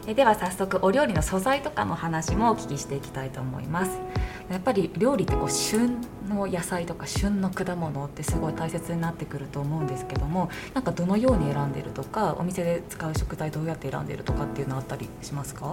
では早速お料理の素材とかの話もお聞きしていきたいと思います。やっぱり料理って旬の野菜とか旬の果物ってすごい大切になってくると思うんですけども、なんかどのように選んでるとか、お店で使う食材どうやって選んでるとかっていうのあったりしますか？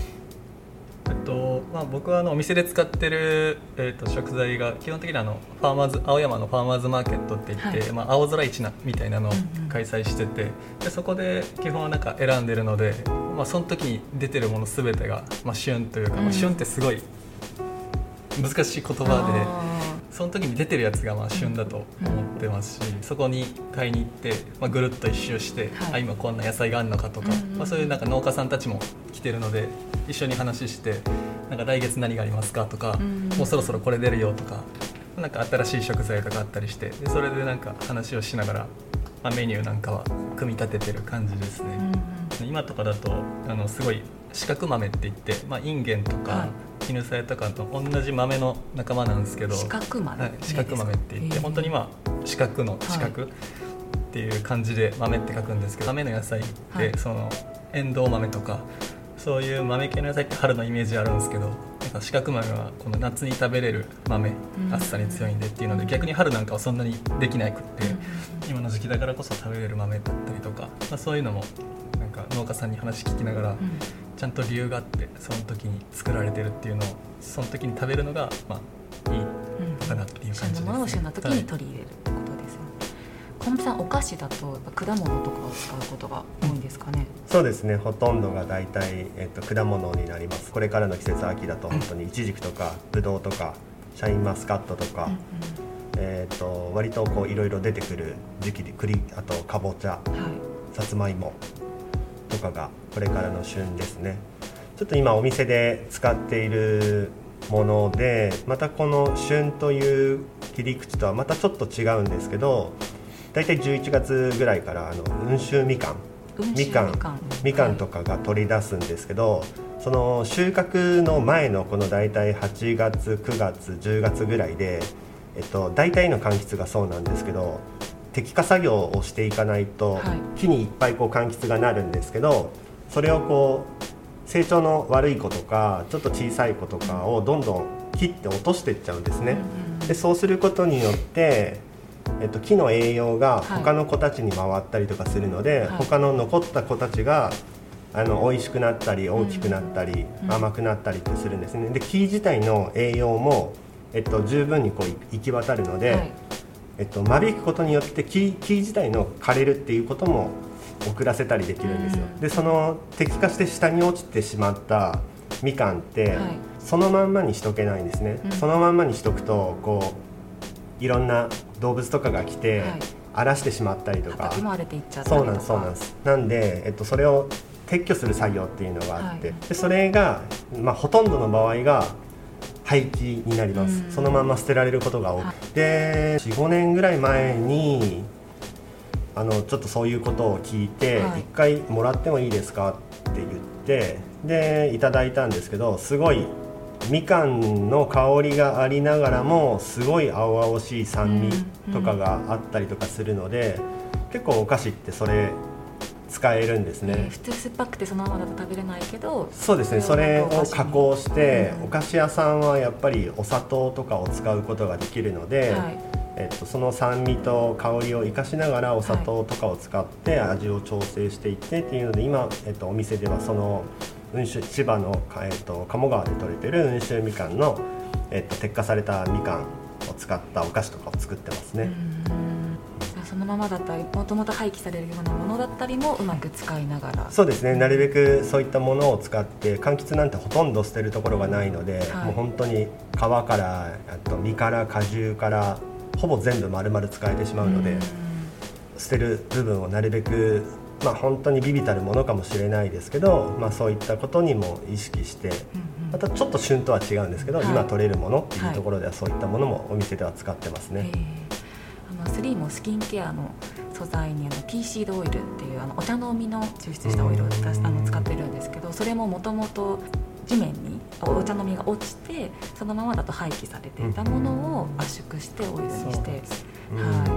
僕はお店で使ってる、食材が基本的に青山のファーマーズマーケットって言って、青空市みたいなのを開催してて、でそこで基本はなんか選んでるので、その時に出てるもの全てが、旬というか、旬ってすごい難しい言葉で、その時に出てるやつが旬だと思ってますし、そこに買いに行って、ぐるっと一周して、今こんな野菜があるのかとか、そういうなんか農家さんたちも来てるので一緒に話して、なんか来月何がありますかとか、もうそろそろこれ出るよとか、なんか新しい食材とかあったりして、でそれでなんか話をしながら、メニューなんかは組み立ててる感じですね。今とかだとすごい四角豆って言って、インゲンとか、絹さやとかと同じ豆の仲間なんですけど、 四角豆、 四角豆って言って、本当に四角の四角っていう感じで豆って書くんですけど、豆の野菜って、そのエンドウ豆とかそういう豆系の野菜って春のイメージあるんですけど、なんか四角豆はこの夏に食べれる豆、暑さに強いんでっていうので、逆に春なんかはそんなにできなくって、今の時期だからこそ食べれる豆だったりとか、そういうのもなんか農家さんに話聞きながら、ちゃんと理由があってその時に作られてるっていうのをその時に食べるのがいいかなっていう感じですね。 旬のものを旬の時に取り入れるってことですよね。小野さん、お菓子だと果物とかを使うことが多いんですかね？ そうですね、ほとんどが大体、果物になります。これからの季節、秋だと本当にイチジクとかブドウとかシャインマスカットとか、割といろいろ出てくる時期であとかぼちゃ、さつまいもとかがこれからの旬ですね。ちょっと今お店で使っているもので、またこの旬という切り口とはまたちょっと違うんですけど、だいたい11月ぐらいから温州みかんとかが取り出すんですけど、その収穫の前のこのだいたい8月9月10月ぐらいで、大体の柑橘がそうなんですけど、摘果作業をしていかないと、木にいっぱい柑橘がなるんですけど、それを成長の悪い子とかちょっと小さい子とかをどんどん切って落としていっちゃうんですね。でそうすることによって、木の栄養が他の子たちに回ったりとかするので、他の残った子たちが美味しくなったり大きくなったり、甘くなったりってするんですね。で木自体の栄養も、十分に行き渡るので、間引くことによって木自体の枯れるっていうことも遅らせたりできるんですよ。でその摘果して下に落ちてしまったみかんって、そのまんまにしとけないんですね。そのまんまにしとくといろんな動物とかが来て、荒らしてしまったりとか、 畑も荒れていっちゃったりとか。 そうなんです。なんで、それを撤去する作業っていうのがあって、でそれが、ほとんどの場合が廃棄になります。そのまま捨てられることが多くて、4、5年ぐらい前にちょっとそういうことを聞いて、一回もらってもいいですかって言って、でいただいたんですけど、すごいみかんの香りがありながらもすごい青々しい酸味とかがあったりとかするので、結構お菓子ってそれ使えるんですね。 普通酸っぱくてそのままだと食べれないけど、 そうですね、それを加工して、お菓子屋さんはやっぱりお砂糖とかを使うことができるので、その酸味と香りを生かしながらお砂糖とかを使って味を調整していってっていうので、今、お店ではその千葉の、鴨川で採れてる温州みかんの、摘果されたみかんを使ったお菓子とかを作ってますね。 そのままだったり、もともと廃棄されるようなものだったりもうまく使いながら。 そうですね、なるべくそういったものを使って、柑橘なんてほとんど捨てるところがないので、もう本当に皮から実から果汁からほぼ全部丸々使えてしまうので、捨てる部分をなるべく、本当に微々たるものかもしれないですけど、そういったことにも意識して、またちょっと旬とは違うんですけど、今取れるものっていうところではそういったものもお店では使ってますね。 スリーもスキンケアの素材にピーシードオイルっていうお茶の実の抽出したオイルを使ってるんですけど、それももともと地面にお茶の実が落ちて、そのままだと廃棄されていたものを圧縮してオイルにして、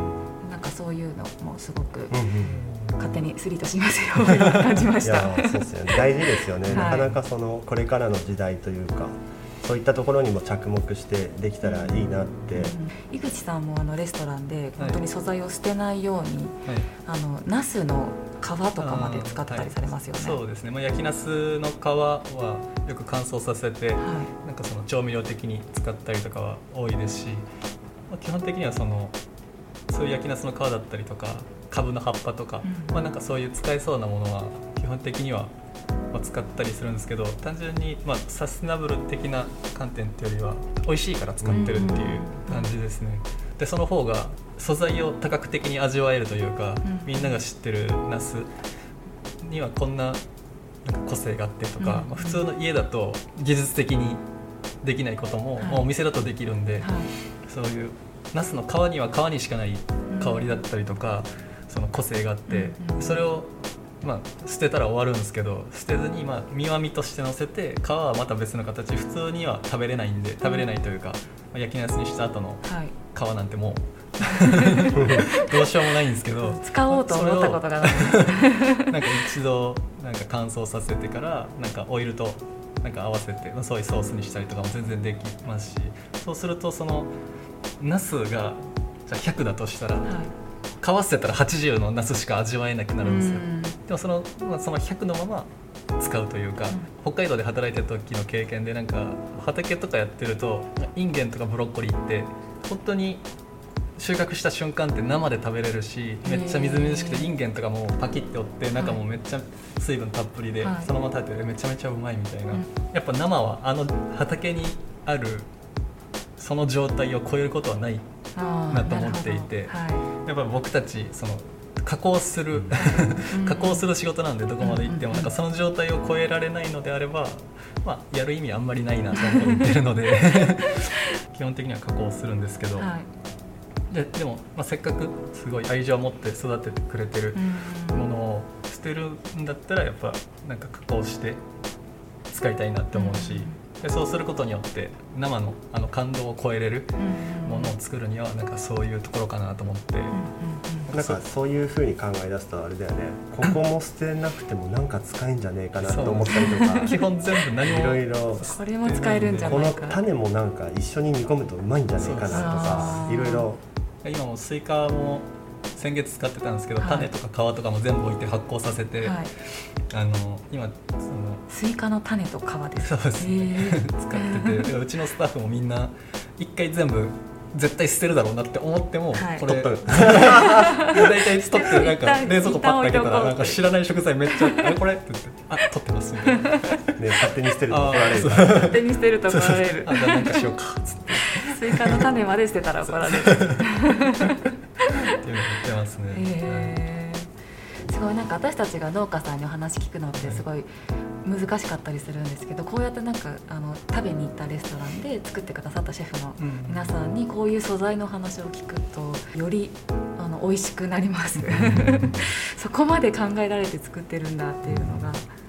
なんかそういうのもすごく勝手にスリートしますように感じました。 いやそうですよね、大事ですよね、なかなかこれからの時代というかそういったところにも着目してできたらいいなって、 井口さんもレストランで本当に素材を捨てないように、ナスの皮とかまで使ったりされますよね。 そうですね、焼きナスの皮はよく乾燥させて、なんかその調味料的に使ったりとかは多いですし、基本的にはそういう焼きナスの皮だったりとかカブの葉っぱとか、なんかそういう使えそうなものは基本的には使ったりするんですけど、単純にサステナブル的な観点っていうよりは美味しいから使ってるっていう感じですね。でその方が素材を多角的に味わえるというか、みんなが知ってるナスにはこんな個性があってとか、普通の家だと技術的にできないことも、お店だとできるんで、そういうナスの皮には皮にしかない香りだったりとか、その個性があって、それを捨てたら終わるんですけど、捨てずに身は身として乗せて、皮はまた別の形、普通には食べれないんで、食べれないというか、焼きナスにした後の皮なんてもうどうしようもないんですけど、 使おうと思ったことがないなんか一度乾燥させてからオイルと合わせてソイソースにしたりとかも全然できますし、そうするとそのナスがじゃあ100だとしたら、皮捨てたら80のナスしか味わえなくなるんですよ。でもその100のまま使うというか、北海道で働いてる時の経験で、畑とかやってるとインゲンとかブロッコリーって本当に収穫した瞬間って生で食べれるし、めっちゃみずみずしくて、インゲンとかもパキッて折って中もめっちゃ水分たっぷりで、そのまま食べてめちゃめちゃうまいみたいな、やっぱ生は畑にあるその状態を超えることはないなと思っていて、やっぱ僕たち加工する加工する仕事なんで、どこまで行ってもその状態を超えられないのであれば、やる意味あんまりないなと思ってるので基本的には加工するんですけど、でも、せっかくすごい愛情を持って育ててくれてるものを捨てるんだったら、やっぱ加工して使いたいなって思うし、でそうすることによって生の感動を超えれるものを作るにはそういうところかなと思って、 そういう風に考え出すとあれだよね、ここも捨てなくても使えんじゃねえかなと思ったりとか基本全部何もいろいろこれも使えるんじゃないか、 この種も一緒に煮込むとうまいんじゃねえかなとか、いろいろ。 今もスイカも先月使ってたんですけど、種とか皮とかも全部置いて発酵させて、今スイカの種と皮です。 そうですね、使ってて、うちのスタッフもみんな一回全部絶対捨てるだろうなって思っても、これ大体取って冷蔵庫パッと開けたら知らない食材めっちゃあれこれって言って取ってますみたいな勝手に捨てると怒られる勝手に捨てると怒られるじゃあしようかっつってスイカの種まで捨てたら怒られるっていうのやってますね。 すごい私たちが農家さんにお話聞くのってすごい難しかったりするんですけど、こうやって食べに行ったレストランで作ってくださったシェフの皆さんにこういう素材の話を聞くとより美味しくなりますそこまで考えられて作ってるんだっていうのが